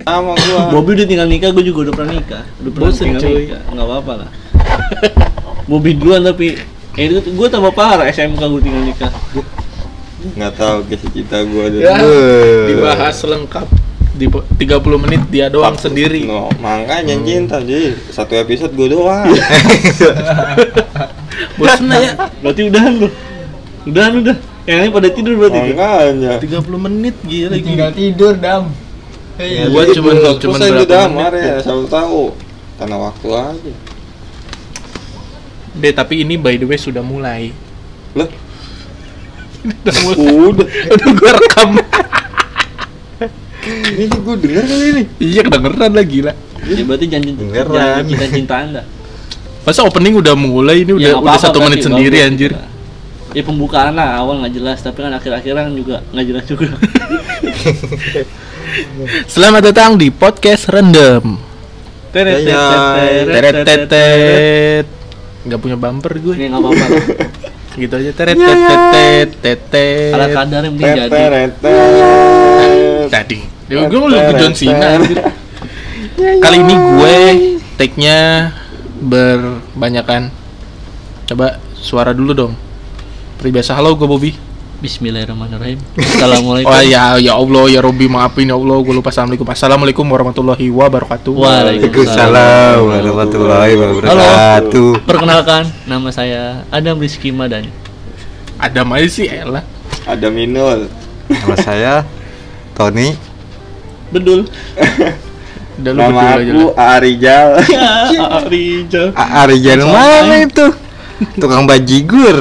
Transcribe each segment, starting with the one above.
Sama gua. Bobby udah tinggal nikah, gue juga udah pernah nikah. Udah pernah Bosen, tinggal cuy. nikah, nggak apa-apa lah. Bobby duluan tapi itu gue tambah parah SMK gue tinggal nikah. Nggak tahu kisah cinta gua dulu. Ya, dibahas lengkap di 30 menit dia doang sendiri. No, makanya cinta jadi satu episode gua doang. Bosen lah ya. Berarti udahan lu. Udah. Yang lain pada tidur berarti tuh. Makanya. 30 menit gila Tinggal tidur, Dam. Gua cuman saya berapa damar menit ya, selalu tahu. Karena waktu aja. deh, tapi ini by the way sudah mulai. Lah, Udah mulai. udah. Udah gua rekam. Ini gua denger kali ini. Iya kedengeran lah gila. Ya berarti janji Beneran. cinta Anda. Masa opening udah mulai ini Ya, udah nggak 1 apa-apa, menit berarti sendiri bagus anjir. gitu lah. Ya pembukaan lah, awal nggak jelas, tapi kan akhir-akhiran juga nggak jelas juga. Selamat datang di podcast Random. Teret. Enggak punya bumper gue. Ini nggak apa-apa lah. Gitu aja teret. Ala kadarnya mending jadi. Tadi. Gue mau ke John Cena anjir. Kali ini gue take-nya berbanyakan. Coba suara dulu dong. Seperti biasa, halo gue Bobby. Bismillahirrahmanirrahim. Assalamualaikum. Oh ya Allah ya Robby, maafin ya Allah, gue lupa. Assalamualaikum warahmatullahi wabarakatuh. Waalaikumsalam warahmatullahi wabarakatuh. Perkenalkan, nama saya Adam Rizky Madani. Ada aja sih elah. Ada Minul. Nama saya Tony. Bedul. Udah lu Nama berdua aja aku lah. Arijal. Ya, Rijal. Arijan mana itu? Tukang bajigur.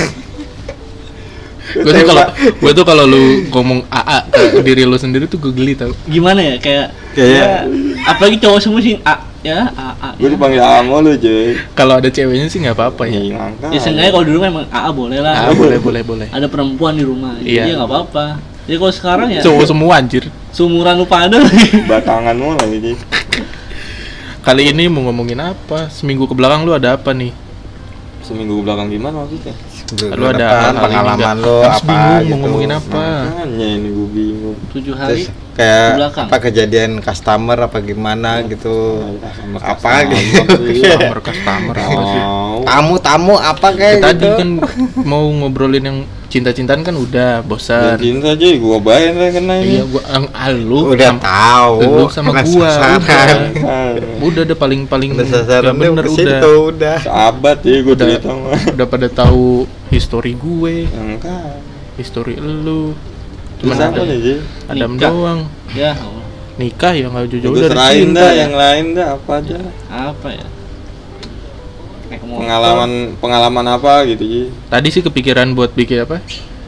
Gue tuh kalau lu ngomong AA ke diri lu sendiri tuh gue geli tau. Gimana ya kayak Kayak- apalagi cowok semua sih A. Gue dipanggil Amo lu, cuy. Kalau ada ceweknya sih nggak apa-apa ya. Iya, ngangkat. Ya seenggaknya kalau dulu memang AA boleh lah. Ah, boleh. Ada perempuan di rumah. Iya. Iya nggak apa-apa. Ya kalau sekarang ya Cowok semua anjir. seumuran lu pada lagi. Batangan mulu lagi. Kali ini mau ngomongin apa? Seminggu ke belakang lu ada apa nih? Seminggu belakang gimana maksudnya? Lu ada hal-hal ini pengalaman nggak? lo Habis apa bingung gitu. mau ngomongin apa? Makanya ini gue bingung. 7 hari. Terus kayak Ke belakang. apa kejadian customer apa gimana gitu. Apa gitu. Customer apa sih? Tamu apa kayak Ya, tadi gitu. kan mau ngobrolin yang cinta-cintaan kan udah bosan. Cinta aja gue bayar lah kena Iya, ini. gua lu Udah sama- tahu. lu sama Kena gua sasaran. udah deh paling Udah sasaran nggak bener ke udah. situ udah. Sahabat ya gue Udah. cerita mah. Udah pada tahu history gue, Enggak. history lu. Terus Cuman apa ada nih, Ji? Adam Nikah. doang. Ya Allah. Nikah ya nggak jauh-jauh Gue dari serahin cinta. dah, ya. yang lain dah apa aja. Apa ya? Naik motor. Pengalaman apa gitu, Ji? Tadi sih kepikiran buat bikin apa?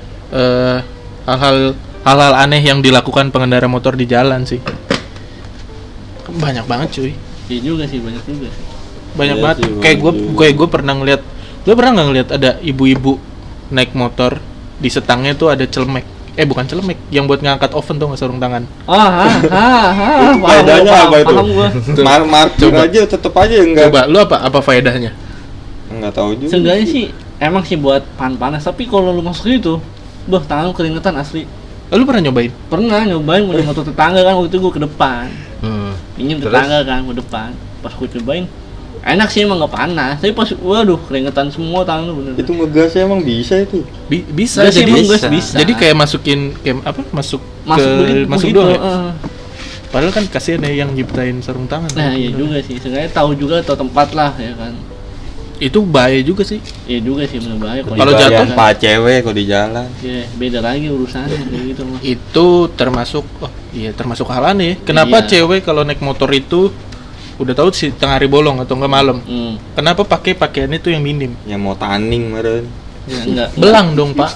Hal-hal aneh yang dilakukan pengendara motor di jalan sih. Banyak banget cuy. Iya juga sih, banyak juga sih. Banyak Iya banget. sih, Kayak banyak gue pernah ngeliat. Lu pernah nggak ngeliat ada ibu-ibu naik motor di setangnya tuh ada celemek? Bukan celemek, yang buat ngangkat oven tuh nggak sarung tangan. Itu faedahnya apa itu? Paham gua. Markir Coba. aja tetep aja enggak. Coba lu apa faedahnya? Enggak tahu juga. Seenggaknya sih emang sih buat panas, tapi kalau lu masuk itu, tangan lu keringetan asli. Lu pernah nyobain? Pernah nyobain mau motor tetangga kan, waktu itu gua ke depan. Pinjam Terus? tetangga kan ke depan. Pas gua cobain, enak sih emang nggak panas, tapi pas waduh keringetan semua tangan lu bener. Itu ngegasnya emang bisa itu. Bisa Gas jadi emang gas bisa. jadi kayak masukin kayak apa? Masuk begitu, doang ya? Padahal kan kasihan ya yang nyiptain sarung tangan. Nah iya juga sih, seenggaknya tahu juga atau tempat lah ya kan. Itu bahaya juga sih. Iya juga sih bener bahaya Kalau di jatuh, jalan. Pak cewek kalau di jalan. Ya, beda lagi urusannya kayak gitu mah. Itu termasuk hal aneh. Kenapa Iya. cewek kalau naik motor itu udah tahu sih tengah hari bolong atau enggak malam? Kenapa pakai pakaian itu yang minim? Yang mau tanning meren. Ya, enggak. Belang dong, Pak.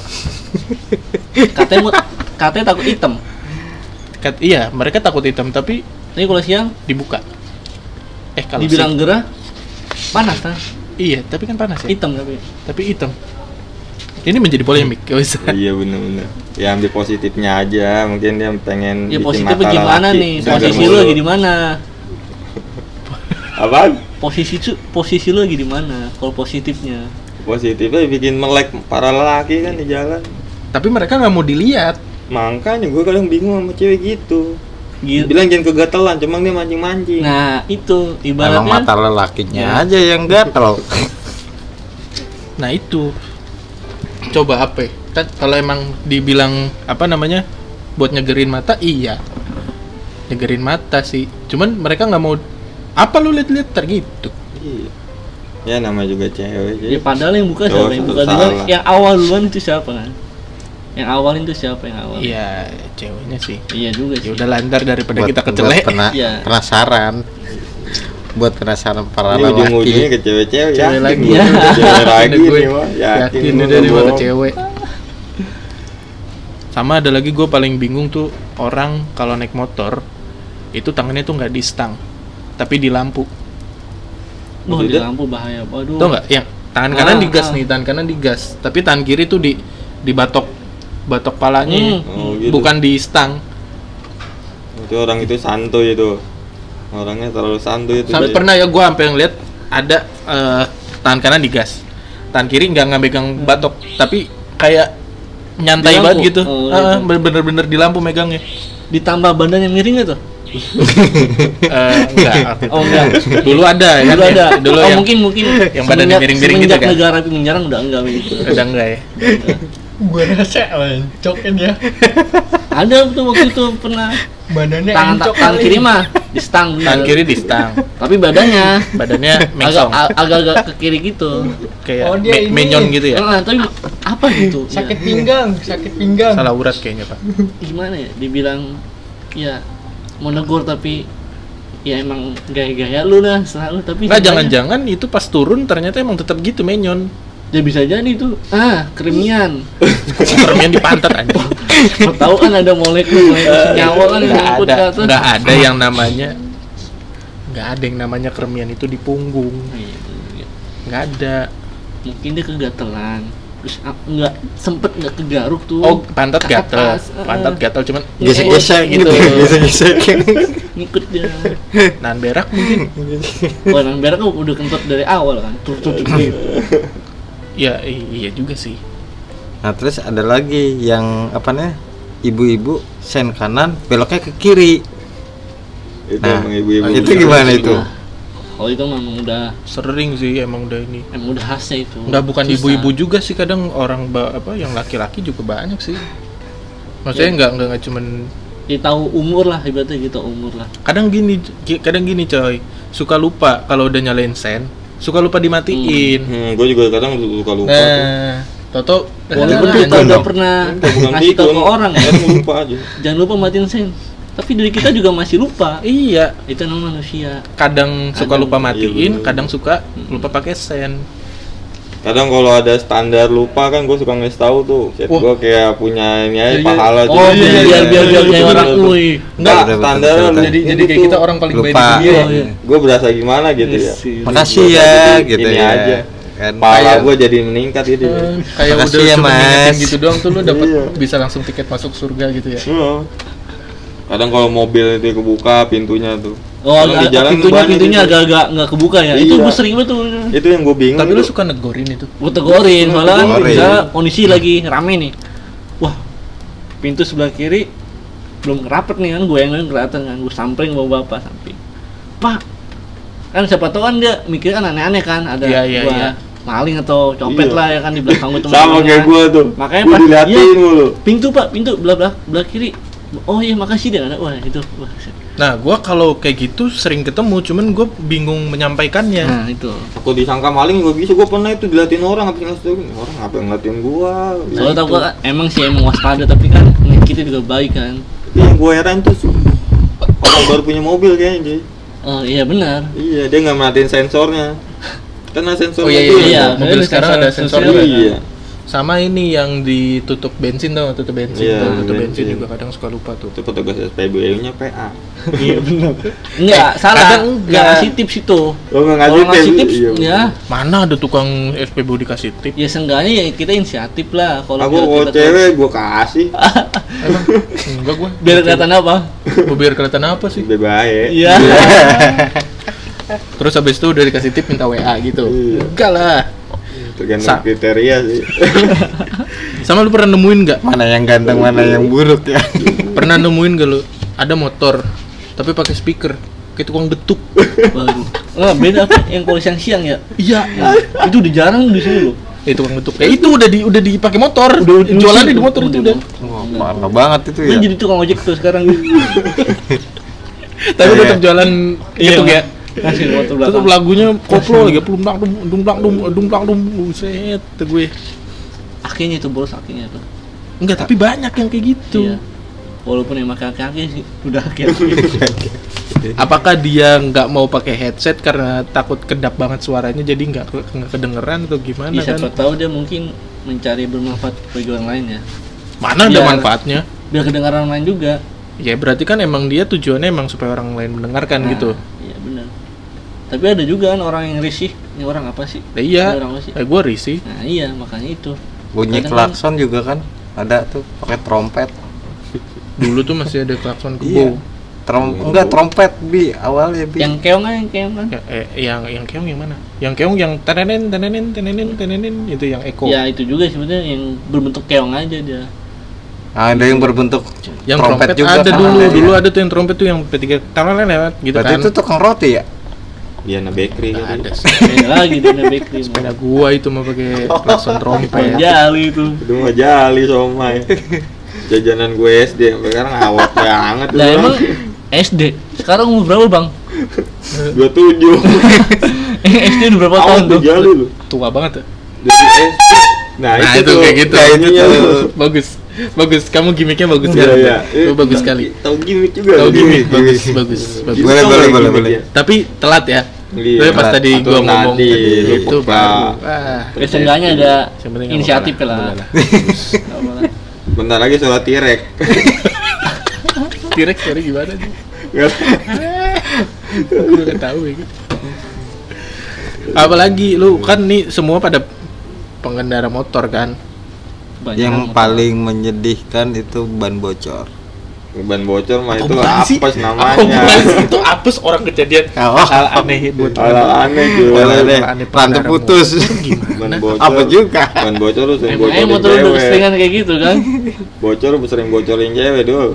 Katanya takut hitam. Iya, mereka takut hitam tapi Tapi kalau siang dibuka. Kalau dibilang gerah panas kan? iya, tapi kan panas ya. Hitam Tapi hitam. Ini menjadi polemik, gak usah. Iya bener-bener. Ya ambil positifnya aja. Mungkin dia pengen Ya bikin positifnya mata gimana laki nih? segar Posisi mulu. lu lagi di mana? Apaan? Posisi lu lagi di mana? Kalau positifnya. Positifnya bikin melek para lelaki kan di jalan. Tapi mereka nggak mau dilihat. Makanya gue kadang bingung sama cewek gitu. Gitu. Bilang jangan kegatelan, cuma dia mancing-mancing. Nah, itu Emang ibaratnya mata lelakinya aja yang gatel. Nah itu coba apa? Kan kalau emang dibilang apa namanya buat nyegerin mata, iya nyegerin mata sih. Cuman mereka nggak mau apa lu lihat-lihat gitu. Iya. Ya namanya juga cewek. ya padahal yang buka Cowok siapa? Yang satu buka duluan, salah. yang awal duluan itu siapa kan? Yang awalin itu siapa yang awal? Iya ceweknya sih. Iya juga sih. Ya udah lantar daripada Buat- kita buat kecelek. Iya. penasaran. Buat penasaran para Ini ujung-ujungnya lelaki. ke cewek-cewek ya. Cewek lagi. Iya. Cewek lagi Gue nih, Wak. yakin gua dia dari nggak mana bohong. cewek. Sama ada lagi gue paling bingung tuh orang kalau naik motor itu tangannya tuh nggak di stang tapi di lampu. Wah, di Maksudnya? lampu bahaya. Waduh. Tau nggak? Yang tangan kanan digas ah. nih, tangan kanan digas, tapi tangan kiri tuh di batok palanya, Oh, gitu. bukan di stang. Itu orang itu santuy itu. Orangnya terlalu santuy itu. Sampai dia. pernah ya gue sampai ngeliat ada tangan kanan digas, tangan kiri nggak megang batok, tapi kayak nyantai Di lampu? banget gitu. Oh, gitu. Bener-bener di lampu megangnya. Ditambah badannya miring nggak tuh? Enggak. Oh enggak. Dulu ada ya. Dulu ada. Dulu oh yang mungkin yang badannya semenjak- miring-miring gitu semenjak kan? negara api menyerang udah enggak begitu. udah enggak ya. Gue rasa encoknya dia. Ada tuh waktu itu pernah Badannya tangan encok tangan kali. kiri mah di stang. Tangan kiri di stang, Tapi badannya badannya agak mengsong, agak ke kiri gitu. kayak Oh, dia ini. menyon gitu ya. Tapi apa gitu? Sakit Ya, pinggang, sakit pinggang. Salah urat kayaknya pak. gimana ya? Dibilang ya mau negur tapi ya emang gaya-gaya lu lah selalu tapi Nah sebenarnya- jangan-jangan itu pas turun ternyata emang tetap gitu menyon. ya bisa jadi tuh kremian. Permen di pantat aja. Tahu kan ada molekul senyawa kan yang nyangkut ke atas. Nggak ada yang namanya kremian itu di punggung. Iya. Nggak ada. Mungkin dia kegatelan. Terus nggak sempet nggak kegaruk tuh. Oh pantat Ke gatel, atas, pantat gatel cuman Gesek-gesek gitu. Gesek-gesek. ngikut dia. nahan berak mungkin. Warna berak kan udah kentut dari awal kan. Tuh gitu. Ya iya juga sih. Nah, terus ada lagi yang apa nih? Ibu-ibu sen kanan, beloknya ke kiri. Itu Nah, emang ibu-ibu. itu gimana itu? Kalau itu memang udah Sering sih emang udah ini. khasnya itu. Nggak bukan Susah. ibu-ibu juga sih, kadang orang yang laki-laki juga banyak sih. Maksudnya nggak cuman Ya tahu umur lah ibaratnya gitu umur lah. kadang gini coy, suka lupa kalau udah nyalain sen, suka lupa dimatiin. Gue juga kadang suka lupa tuh. Nah, Toto Walaupun Jangan kita dong. udah pernah Bukan ngasih tahu pikun, ke orang ya, kadang lupa aja. jangan lupa matiin sen. Tapi dari kita juga masih lupa. iya, Itu namanya manusia. kadang suka Kadang, lupa matiin, bener. kadang suka lupa pakai sen. Kadang kalau ada standar lupa kan gue suka ngasih tahu tuh. Chat Wah. gue kayak punya ini aja Iya, iya. pahala tuh. Oh, iya, biar iya, kayak orang betul. wih. Enggak, Nah, betul, standar betul, betul. Jadi kayak kita orang paling baik di Lupa. dunia. Oh, iya. Gue berasa gimana gitu ya. Makasih ya gitu Ini ya. aja. Kan. Pahala Kayak- gue jadi meningkat gitu ya. Kayak Makasih udah ya, cuma Mas. ngingetin gitu doang tuh lu dapat Iya. bisa langsung tiket masuk surga gitu ya. Iya. Kadang kalau mobil itu kebuka pintunya tuh. Oh, Kadang di jalan banyak pintunya gitu. agak-agak nggak kebuka ya. Itu Iya. gue sering betul. Itu yang gue bingung. Tapi lu tuh. suka negorin itu. Gue tegorin, soalnya kan Tegorin. misalnya kondisi lagi rame nih. Wah, pintu sebelah kiri belum kerapet nih kan, gue yang kelihatan kan, gue sampling bawa bapak samping. Pak, kan siapa tahu kan dia mikir kan aneh-aneh kan, ada Iya, iya, gua iya. maling atau copet Iya. lah ya kan di belakang gue sama kayak gue tuh. Makanya Gua pas diliatin iya, mulu. pintu pak, pintu belah kiri. Oh iya makasih dia kan, wah itu, wah. Nah, gua kalau kayak gitu sering ketemu, cuman gua bingung menyampaikannya. Nah itu. Aku disangka maling gue bisa, gue pernah itu diliatin orang habis ngasih tau orang apa yang ngeliatin gue. Soalnya tau gue emang sih emang waspada, tapi kan kita juga baik kan. Tapi yang gue heran tuh orang baru punya mobil kayaknya Jay. Oh iya benar. Iya, dia nggak matiin sensornya. Karena sensor Oh iya, mobil. iya. mobil Ada sekarang ada sensor sensor juga. Iya. Sama ini yang ditutup bensin tuh, tutup bensin, Iya, tuh, tutup bensin bensin. juga kadang suka lupa tuh. Itu petugas SPBU-nya PA. Iya benar. Enggak, salah. kadang Enggak enggak. ngasih tips itu. Oh, nggak Kalau ngasih tips, Iya. ya, Mana ada tukang SPBU dikasih tip? ya seenggaknya ya kita inisiatif lah. Kalau Aku kita- kalau kita- cewek gue kasih. Emang enggak gua. biar kelihatan apa? Gua biar kelihatan apa sih? Udah baik. Iya. Terus habis itu udah dikasih tip minta WA gitu. Iya. Enggak lah. Tergantung Sa- kriteria sih. Sama lu pernah nemuin nggak? Mana yang ganteng, mana yang buruk ya. Pernah nemuin gak lu ada motor tapi pakai speaker kayak tukang betuk. Waduh. Nah, beda apa yang kalau siang-siang ya? Iya, Itu udah jarang di sini loh. itu tukang betuk. Itu udah dipakai motor. Jualannya di motor itu udah. Wah, parah banget itu Dia ya. jadi tukang ojek tuh sekarang. Tapi tetap jualan gitu ya. Kasih motor Tetap belakang. lagunya koplo lagi dumplak dum buset tuh gue. Akhirnya itu boros akhirnya tuh. Enggak, tapi banyak yang kayak gitu. Iya. Walaupun yang pakai kaki sih udah kayak Apakah dia nggak mau pakai headset karena takut kedap banget suaranya jadi nggak kedengeran atau gimana bisa kan? tahu dia mungkin mencari bermanfaat bagi orang lain ya. Mana ada Biar- manfaatnya? Biar kedengaran orang lain juga. Ya berarti kan emang dia tujuannya emang supaya orang lain mendengarkan Nah, gitu. Iya benar. Tapi ada juga kan orang yang risih. Ini orang apa sih? Nah, iya, Ini orang apa sih? gue risih. Nah iya makanya itu. Bunyi Kadang klakson juga kan ada tuh pakai trompet. Dulu tuh masih ada klakson Iya. kebo. Enggak trompet bi awalnya bi. Yang keong kan? Yang keong yang mana? Yang keong yang tenenen itu yang eko. Ya itu juga sebenarnya yang berbentuk keong aja dia. Ada yang berbentuk Yang trompet trompet juga ada kan, dulu. ada, Dulu ya. ada tuh yang trompet tuh yang P3 tangan lewat gitu Berarti kan. itu tukang roti ya? Diana Bakery Nggak kali. ada. Beda lagi dia bakery. Sepeda gua itu mah pakai klakson trompet. Jali itu. Itu mah jali somai. Jajanan gue SD sampai sekarang awet banget Lah emang SD. Sekarang umur berapa, Bang? 27. SD udah berapa tahun Awet tuh? tuh jali lu. Tua banget ya. Dari SD. Nah, Nah, itu tuh, kayak gitu. kayaknya tuh. Bagus. Kamu gimmicknya bagus Iya, sekali. iya. Itu bagus sekali. Tahu gimmick juga. Tahu lu. gimmick, gimmick. bagus. Boleh, Tahu boleh, nggak boleh, gimmicknya? Tapi telat ya. Iya. Tapi pas tadi Atau gua ngomong tadi, lu itu peka. baru. Wah, Ya, seenggaknya ada yang penting nggak inisiatif apa-apa lah. Boleh Nggak apa-apa. Bentar lagi sholat tirek. T-Rex dari gimana sih? Nggak. Gue nggak tahu ya gitu. Apalagi lu kan nih semua pada pengendara motor kan. Banyak Yang motor. paling menyedihkan itu ban bocor. Ban bocor mah itu Apaan sih? apes namanya. Apaan sih? Itu apes orang kejadian Oh. hal aneh buat Hal aneh juga. Boleh deh. Hal aneh Rantai pengendara putus. motor gimana? Ban bocor. Apa juga? Ban bocor lu sering Emangnya bocorin motor udah cewek. keseringan kayak gitu kan? Bocor lu sering bocorin cewek dulu.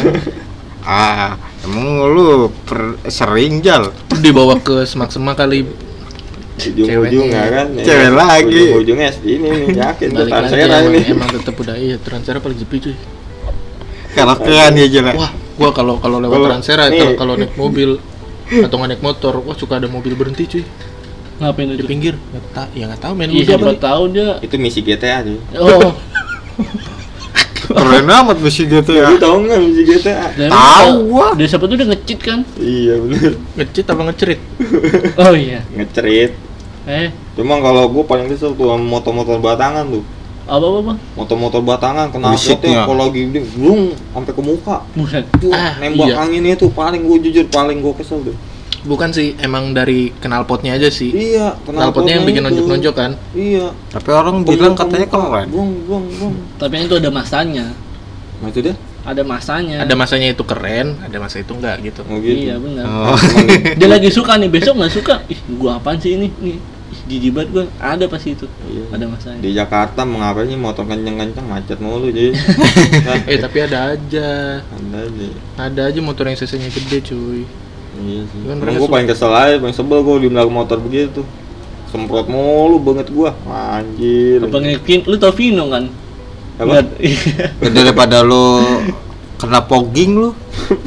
Emang lu sering jal? Dibawa ke semak-semak kali. Ujung-ujungnya kan. Cewek lagi. Ujung-ujungnya ini nih yakin tuh Balik lagi Transera ini. emang tetap udah iya Transera paling sepi cuy. Karaokean ya jal. Wah, gua kalau lewat Kalau- Transera nih. kalau naik mobil atau nggak naik motor, wah suka ada mobil berhenti cuy Ngapain di itu? pinggir. Nggak tahu main Iya, lu siapa apa? tahu dia. Itu misi GTA tuh. Oh, Keren amat besi gitu ya. Lu tahu nggak misi GTA? dan Tahu gua. Dia siapa tuh dia nge-cheat kan? Iya bener. Ngecit apa ngecerit? Oh iya. Ngecerit. Cuma kalau gua paling kesel tuh sama motor-motor batangan tuh. Apa Bang? Motor-motor batangan kena Bisiknya. shotnya kalau lagi gede, blung sampai ke muka. Buset. Tuh, Ah, nembak iya. anginnya tuh paling gua jujur paling gua kesel tuh. Bukan sih, emang dari knalpotnya aja sih. Iya, Knalpotnya yang bikin itu. nonjok-nonjok kan. Iya. Tapi orang bilang katanya keren. Bung. Tapi itu ada masanya. Nah itu dia. Ada masanya. Ada masanya itu keren, ada masa itu enggak gitu. Oh gitu. Iya benar. Oh. Dia lagi suka nih, besok nggak suka. Ih, gua apaan sih ini? Nih, ih, jijik banget gua. Ada pasti itu. Iya. Ada masanya. Di Jakarta mengapa sih motor kenceng-kenceng macet mulu jadi. Nah, Tapi ada aja. Anda aja. Ada aja motor yang cc-nya gede cuy. Iya sih. Kan Emang mereka gua paling kesel aja, paling sebel gua di belakang motor begitu. Semprot mulu banget gua. Anjir. Apa ngekin? Lu tau Vino kan? Apa? Nggak- Iya. Ya, daripada lu kena pogging lu.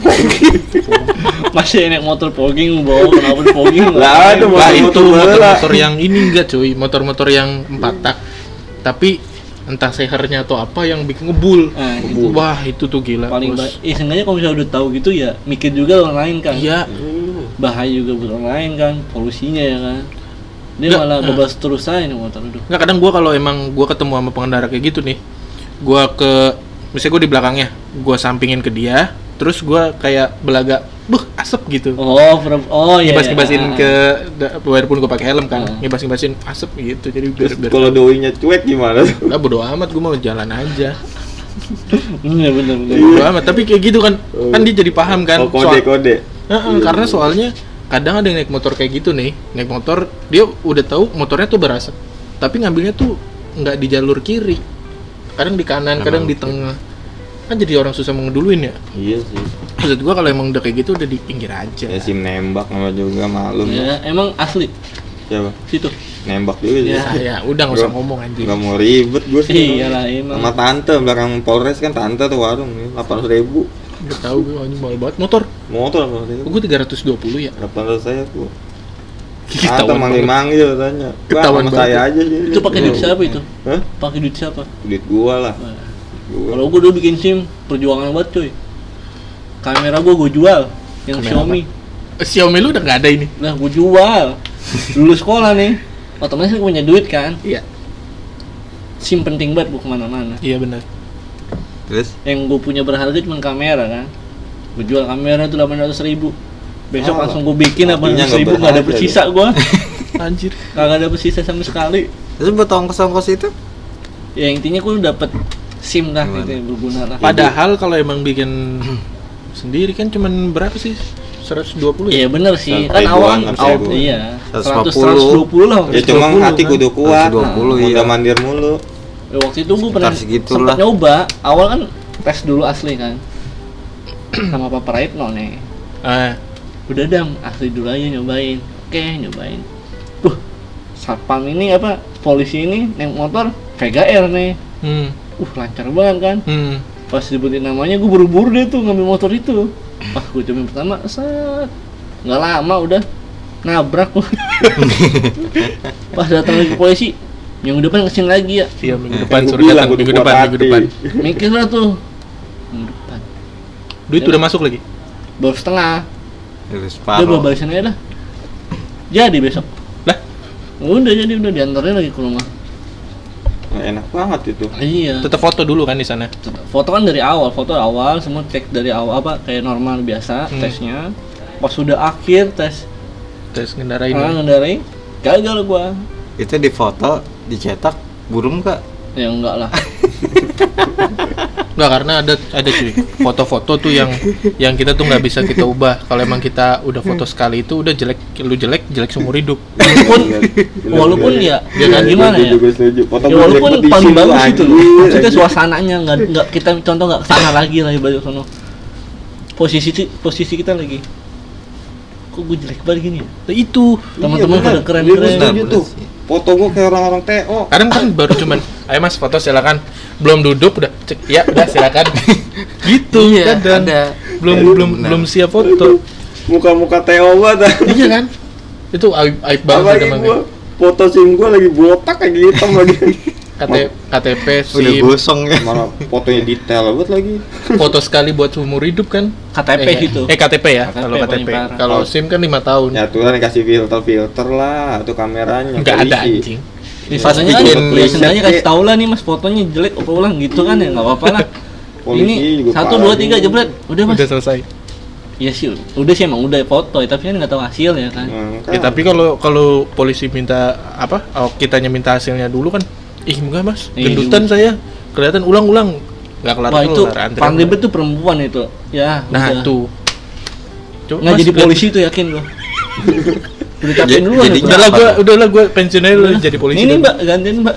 Masih naik motor pogging bawa kenapa pogging? Lah, ada Wah itu motor bola. motor-motor yang ini enggak cuy, motor-motor yang 4 tak. Tapi entah sehernya atau apa yang bikin ngebul. Nah, itu. Wah itu tuh gila. Paling bos. baik. Seenggaknya kalau misalnya udah tahu gitu ya mikir juga orang lain kan. Iya. Bahaya juga buat orang lain kan, polusinya ya kan. Dia Nggak, malah bebas terus aja nih motor itu. Nggak, kadang gua kalau emang gua ketemu sama pengendara kayak gitu nih, gua misalnya gua di belakangnya, gua sampingin ke dia, terus gua kayak belaga, asap gitu. Oh, iya. Ngibas-ngibasin iya. ke walaupun gua pakai helm kan, Ah. ngibas-ngibasin asap gitu. Jadi Terus biar kalau doinya cuek gimana tuh? lah bodo amat, gua mau jalan aja. Iya benar. Bodo amat, tapi kayak gitu kan, kan dia jadi paham kan. Oh, kode-kode. Karena soalnya kadang ada yang naik motor kayak gitu nih, naik motor dia udah tahu motornya tuh berasap, tapi ngambilnya tuh nggak di jalur kiri, kadang di kanan, kadang di tengah. Kan jadi orang susah mau ngeduluin ya. Iya sih. Maksud gua kalau emang udah kayak gitu udah di pinggir aja. Ya SIM nembak nama juga malum. Ya, emang asli Siapa? situ. Nembak juga Ya. sih. Ya udah nggak usah Gua- ngomong anjing. Gak mau ribet gue sih. Iyalah emang. Sama tante belakang Polres kan tante tuh warung nih 800.000. Udah tahu gue anjing mahal banget motor. Motor 800.000. Gue 320 ya. 800 saya tuh. Tante Ketahuan banget. manggil tanya. Bang, Ketahuan sama banget. saya aja sih. Itu pakai duit siapa itu? Hah? Pakai duit siapa? Duit gua lah. Wah. Gua. Kalau gue dulu bikin SIM, perjuangan banget cuy. Kamera gue jual, yang Kamera Xiaomi. Xiaomi lu udah nggak ada ini. Nah gue jual. Dulu sekolah nih, otomatis gue punya duit kan. Iya. SIM penting banget gue kemana-mana. Iya benar. Terus Yang gue punya berharga cuma kamera kan. Gue jual kamera itu 800.000. Besok Ah, langsung gue bikin artinya 800.000, nggak nggak ada berharga bersisa gue. Anjir. Kagak ada bersisa sama sekali. terus buat ongkos-ongkos itu Ya intinya gue dapet SIM lah, Gimana? gitu yang berguna lah. Padahal kalau emang bikin sendiri kan cuman berapa sih? 120 Iya ya? bener sih, kan 100.000-an, awal 100.000. iya 150. 120 lah. Ya cuma 120 hati kan. kudu kuat. 120, Udah iya. mandir mulu. Ya, waktu itu gue pernah Sekitar segitulah. sempet nyoba. Awal kan tes dulu asli kan, sama Papa Raitno nih. Ah, Udah dam, asli dulu aja nyobain. Oke nyobain. Satpam ini apa? Polisi ini naik motor VGR nih. Lancar banget kan. Pas disebutin namanya gue buru-buru deh tuh ngambil motor itu. Pas gue cobain pertama, nggak lama udah nabrak. Pas datang lagi polisi, yang depan kesini lagi ya. Iya minggu depan Gua suruh bilang datang kudu minggu kuat depan, minggu hati. depan. Mikir lah tuh. Minggu depan. Duit udah masuk lagi. Baru setengah. terus Udah separuh balisin aja dah. Jadi besok. Lah, Udah jadi udah diantarin lagi ke rumah. Nah, enak banget itu. Iya. tetap foto dulu kan di sana. Foto kan dari awal, foto awal semua cek dari awal apa kayak normal biasa tesnya. Pas sudah akhir tes Tes ngendarain. ngendarain gagal gua. itu di foto dicetak burung kak Ya enggak lah. Enggak, karena ada cuy. Foto-foto tuh yang kita tuh nggak bisa kita ubah. Kalau emang kita udah foto sekali itu udah jelek, lu jelek seumur hidup. Walaupun ya kan gimana ya? Gue setuju. Foto Ya gua walaupun jelek paling banget, bagus itu loh. anjir, Maksudnya anjir. suasananya nggak kita contoh nggak kesana lagi lah ibarat sono. Posisi kita lagi. Kok gue jelek banget gini ya? Nah, itu Teman-teman Iya, pada bener. keren-keren. Iya, gua Bener, setuju bener tuh. sih. Foto gua kayak orang-orang TO. kadang kan baru cuman ayo mas foto silakan, belum duduk udah cek ya udah silakan. Gitu iya kadang ada belum siap foto. Muka-muka TO banget. Iya kan, itu aib banget Apalagi emang. gua foto SIM gua lagi botak kayak hitam lagi. KTP udah SIM, gosong ya Malah fotonya detail banget lagi. foto sekali buat seumur hidup kan. KTP gitu. KTP ya, KTP kalau paling KTP. parah. Kalau SIM kan 5 tahun. Ya tuh kan dikasih filter lah, tuh kameranya. Nggak ada polisi. anjing. Pas Biasanya kan bikin ya sebenarnya riset, kasih tau lah nih mas fotonya jelek apa ulang gitu kan ya nggak apa-apa lah. Polisi Ini juga 1, parah 2, 3 juga. jebret udah mas. Udah selesai. Iya sih udah sih emang udah foto tapi kan nggak tahu hasil ya kan. Kan. Ya tapi kalau polisi minta apa? Oh, kitanya minta hasilnya dulu kan. Ih, enggak Mas. Iya, Gendutan saya. Kelihatan ulang-ulang. Enggak kelar. Wah itu paling ribet tuh perempuan itu. Ya. Nah, udah. tuh. Coba Nggak Mas, jadi lihat. polisi tuh yakin gua. Udah capek dulu jadi Udahlah gua pensiun aja lu jadi polisi. Ini dah. mbak gantiin mbak.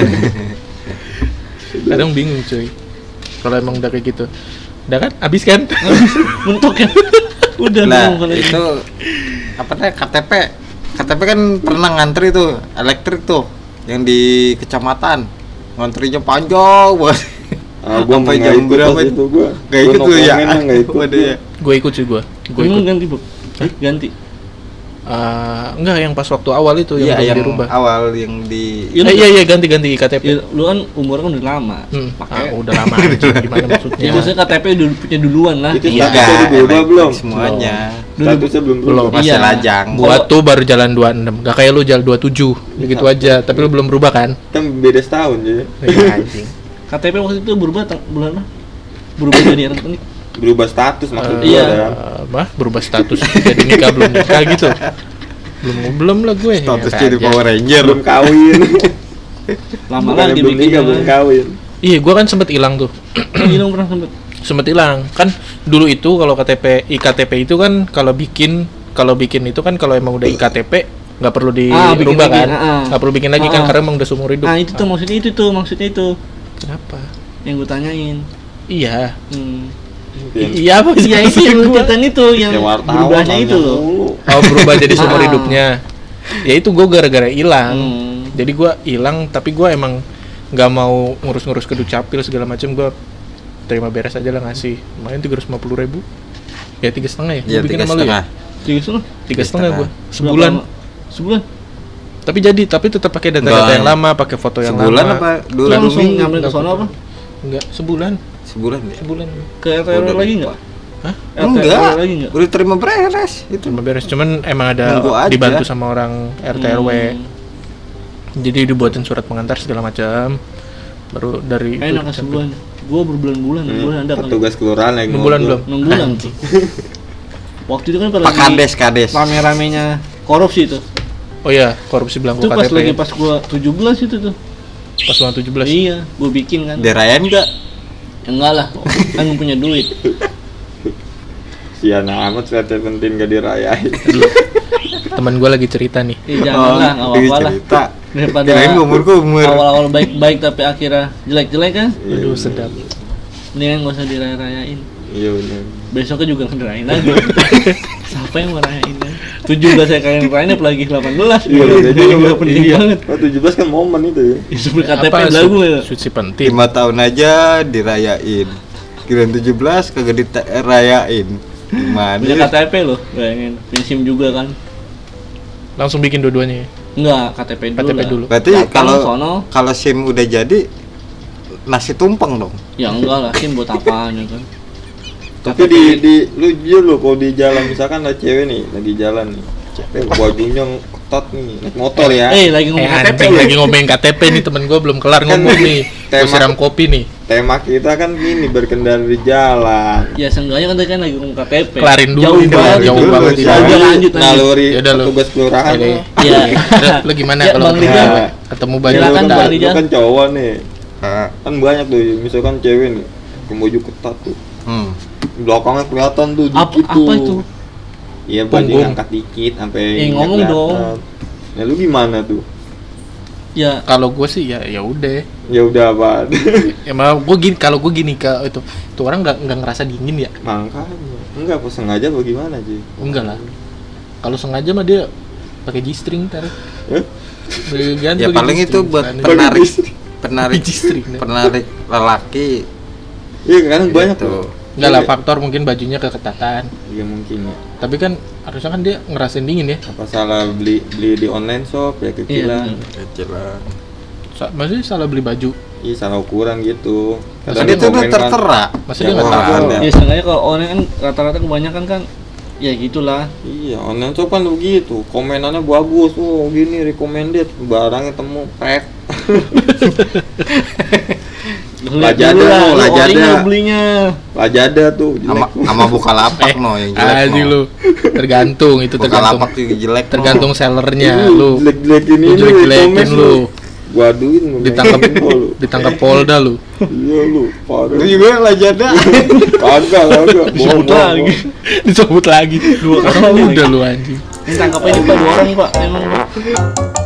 Kadang bingung cuy. Kalau emang udah kayak gitu. Udah kan? Habis kan? Mentok ya. Udah nah belum kalau itu apa namanya KTP kan pernah ngantri tuh elektrik tuh yang di kecamatan ngantrinya panjang banget. Gua Sampai nggak jam ikut berapa pas itu? gua. Gak ikut Gua tuh ya no comment-nya nggak ikut. Ada ya Gue ikut sih gua Emang ikut. ganti bu? Ganti. Enggak, yang pas waktu awal itu yang iya belum yang dirubah. awal yang di Iya, Iya ganti KTP. Ya, lu kan umur kan udah lama. Pakai. Udah lama aja gimana maksudnya? Ya maksudnya KTP udah punya duluan lah. Itu iya statusnya udah berubah elektrik belum? semuanya Statusnya belum Belum. berubah. masih Iya. lajang Gua tuh baru jalan 26. Gak kayak lu jalan 27. Gitu aja, tapi lu belum berubah kan? Kan beda setahun jadi. Iya anjing. KTP waktu itu berubah bulan apa? Berubah jadi elektronik. Berubah status maksudnya. Iya. Berubah status jadi nikah belum nikah gitu. Belum lah gue. status Ya, jadi aja. Power Ranger Belum kawin. Lama Bukan lagi belum nikah, belum bikinnya. kawin. Iya, gua kan sempet hilang tuh. Hilang pernah sempet. Sempet hilang. Kan dulu itu kalau KTP iktp itu kan kalau bikin itu kan kalau emang udah iktp nggak perlu bikin dirubah lagi, kan? Nggak perlu bikin lagi kan Ah. karena emang udah seumur hidup. Nah itu tuh maksudnya itu. Kenapa? Yang gue tanyain. Iya. Yang Iya apa sih? Iya itu yang lu ceritain itu yang kayak wartawan berubahnya itu nanya loh. mulu. Oh, berubah jadi seumur Ah. hidupnya. Ya itu gue gara-gara hilang. Hmm. Jadi gue hilang, tapi gue emang nggak mau ngurus-ngurus ke Dukcapil segala macam. Gue terima beres aja lah ngasih. Lumayan 350.000. Ya 3,5 ya. Iya, Gua bikin 3,5. sama lu ya. 3,5 3,5 gue. Sebulan. Sebulan. Tapi tetap pakai data-data Enggak. yang lama, pakai foto yang Sebulan lama. apa? Lu 2 langsung minggu? nyamperin ke sono apa? Enggak, sebulan. Sebulan ya? Sebulan. Ke RT Udah lagi enggak? Hah? RT lagi enggak? Udah terima beres itu. Cuma beres. Cuman emang ada Nunggu aja. dibantu sama orang RT RW. Jadi dibuatin surat pengantar segala macam. Baru dari itu Enak sebulan. Gua berbulan-bulan, bulan ada kan. Petugas kelurahan lagi 6 bulan belum? 6 bulan tuh. Waktu itu kan pada Pak Kades. rame-ramenya korupsi itu. Oh iya, korupsi belangko Itu pas KTP. lagi pas gua 17 itu tuh. Pas ulang 17. Iya, gua bikin kan. Dirayain enggak? Ya enggak lah, kan gua punya duit. Sian amat ternyata penting gak dirayain. Teman gue lagi cerita nih. Jangan lah, enggak apa-apa lah. Cerita. Daripada Kirain umur. awal-awal baik-baik tapi akhirnya jelek-jelek kan. Aduh, sedap. Mendingan gak usah diraya-rayain. Iya benar. Besoknya juga ngerayain lagi. Siapa yang merayain kan? 17 saya kalian rayain apalagi 18. Iya, Jadi iya. enggak penting Iya. banget. Oh 17 kan momen itu ya. Ya, seperti KTP Apa, lagu ya. suci penting. 5 tahun aja dirayain. Kirain 17 kagak dirayain. Gimana? Punya KTP loh, bayangin. Punya SIM juga kan. Langsung bikin dua-duanya ya. Enggak, KTP dulu. KTP lah. dulu. Berarti Datang sono. kalau SIM udah jadi nasi tumpeng dong. Ya enggak lah, SIM buat apaan ya kan. Tapi di lu jujur lu kalau di jalan misalkan ada cewek nih lagi jalan nih. Cewek bajunya ketat nih, naik motor ya. Lagi ngomong KTP anjing, lu. lagi ngomongin KTP nih, temen gue belum kelar Kan ngomong nih. Gue tema- siram kopi nih. Tema kita kan gini berkendara di jalan. Ya seenggaknya kan tadi kan lagi ngomong KTP. Kelarin dulu Jauh ini, banget. jauh itu. banget. Ya udah lanjut. Naluri Ya udah lu. petugas kelurahan. Jadi, Iya. lu gimana Ya, kalau Bang ketemu Rizal. cewek? Ketemu baju Silakan, ketat? Bang lu Rizal. kan cowok nih. Hah. Kan banyak tuh misalkan cewek nih pakai baju ketat tuh. Belakangnya kelihatan tuh dikit Apa tuh. itu? Iya baju Punggung. angkat dikit sampai ngomong kelihatan. dong. Nah lu gimana tuh? Ya Kalau gue sih ya udah. Ya udah apa? Emang gue gini, kalau gue gini ke itu orang nggak ngerasa dingin ya? Makanya enggak apa sengaja apa gimana sih? Enggak lah. Kalau sengaja mah dia pakai G-string ntar. Ganti Ya pakai paling itu G-string, buat celana. penarik G-string. penarik lelaki. Iya kan banyak Gitu. tuh. Enggak lah, faktor mungkin bajunya keketatan. Iya mungkin ya. Tapi kan harusnya kan dia ngerasain dingin ya. Apa salah beli di online shop ya kecilan? Iya, Kecilan. Maksudnya salah beli baju. Iya salah ukuran gitu. Masa Kan dia itu udah komen kan, tertera. Masa dia yang nggak orang tahu? ada. ya seenggaknya kalau orang kan rata-rata kebanyakan kan ya gitulah. Iya online shop kan begitu. Komenannya bagus. Oh gini recommended. Barangnya temu pack. Lajada, Lajada. belinya. Lajada tuh. jelek. Sama Bukalapak no yang jelek. Aji no. lu. Tergantung itu tergantung. Bukalapak juga jelek. no. Tergantung sellernya Ih, lu. jelek-jelekin Lu ini jelek-jelekin komen lu. Gua aduin lu. Ditangkap lu. ditangkap Polda lu. Iya lu. Parah. Lu juga Lajada. Kagak. Disebut Bohong, lagi. bohong. Disebut lagi. Orang kali udah lu anjing. Ini tangkapnya ini Pak, 2 orang Pak. Emang Pak.